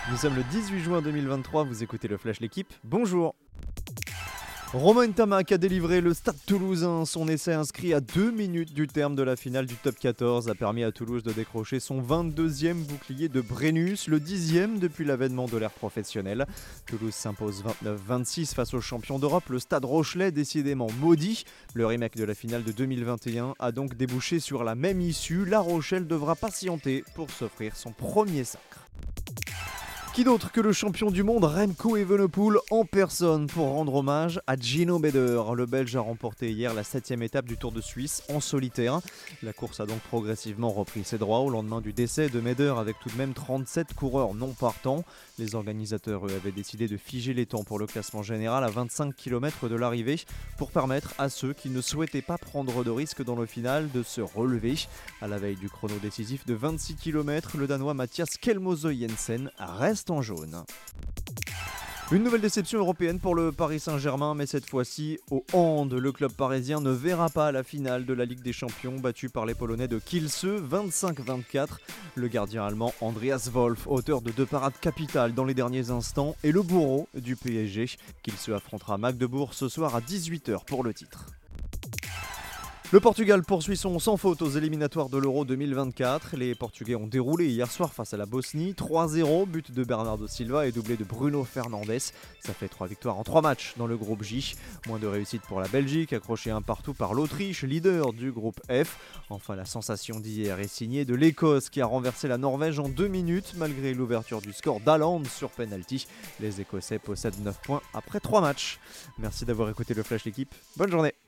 Nous sommes le 18 juin 2023, vous écoutez le Flash L'équipe, bonjour. Romain Ntamak a délivré le Stade Toulousain. Son essai inscrit à 2 minutes du terme de la finale du Top 14 a permis à Toulouse de décrocher son 22e bouclier de Brennus, le 10e depuis l'avènement de l'ère professionnelle. Toulouse s'impose 29-26 face au champion d'Europe, le Stade Rochelais, décidément maudit. Le remake de la finale de 2021 a donc débouché sur la même issue. La Rochelle devra patienter pour s'offrir son premier sacre. Qui d'autre que le champion du monde Remco Evenepoel en personne pour rendre hommage à Gino Beder. Le Belge a remporté hier la 7e étape du Tour de Suisse en solitaire. La course a donc progressivement repris ses droits au lendemain du décès de Beder avec tout de même 37 coureurs non partants. Les organisateurs, eux, avaient décidé de figer les temps pour le classement général à 25 km de l'arrivée pour permettre à ceux qui ne souhaitaient pas prendre de risques dans le final de se relever. À la veille du chrono décisif de 26 km, le Danois Mathias Kelmose Jensen reste en jaune. Une nouvelle déception européenne pour le Paris Saint-Germain, mais cette fois-ci au hand. Le club parisien ne verra pas la finale de la Ligue des Champions, battu par les Polonais de Kielce 25-24. Le gardien allemand Andreas Wolf, auteur de 2 parades capitales dans les derniers instants, est le bourreau du PSG. Kielce affrontera Magdebourg ce soir à 18h pour le titre. Le Portugal poursuit son sans faute aux éliminatoires de l'Euro 2024. Les Portugais ont déroulé hier soir face à la Bosnie. 3-0, but de Bernardo Silva et doublé de Bruno Fernandes. Ça fait 3 victoires en 3 matchs dans le groupe J. Moins de réussite pour la Belgique, accrochée un partout par l'Autriche, leader du groupe F. Enfin, la sensation d'hier est signée de l'Écosse qui a renversé la Norvège en 2 minutes malgré l'ouverture du score d'Haaland sur penalty. Les Écossais possèdent 9 points après 3 matchs. Merci d'avoir écouté le Flash L'équipe. Bonne journée.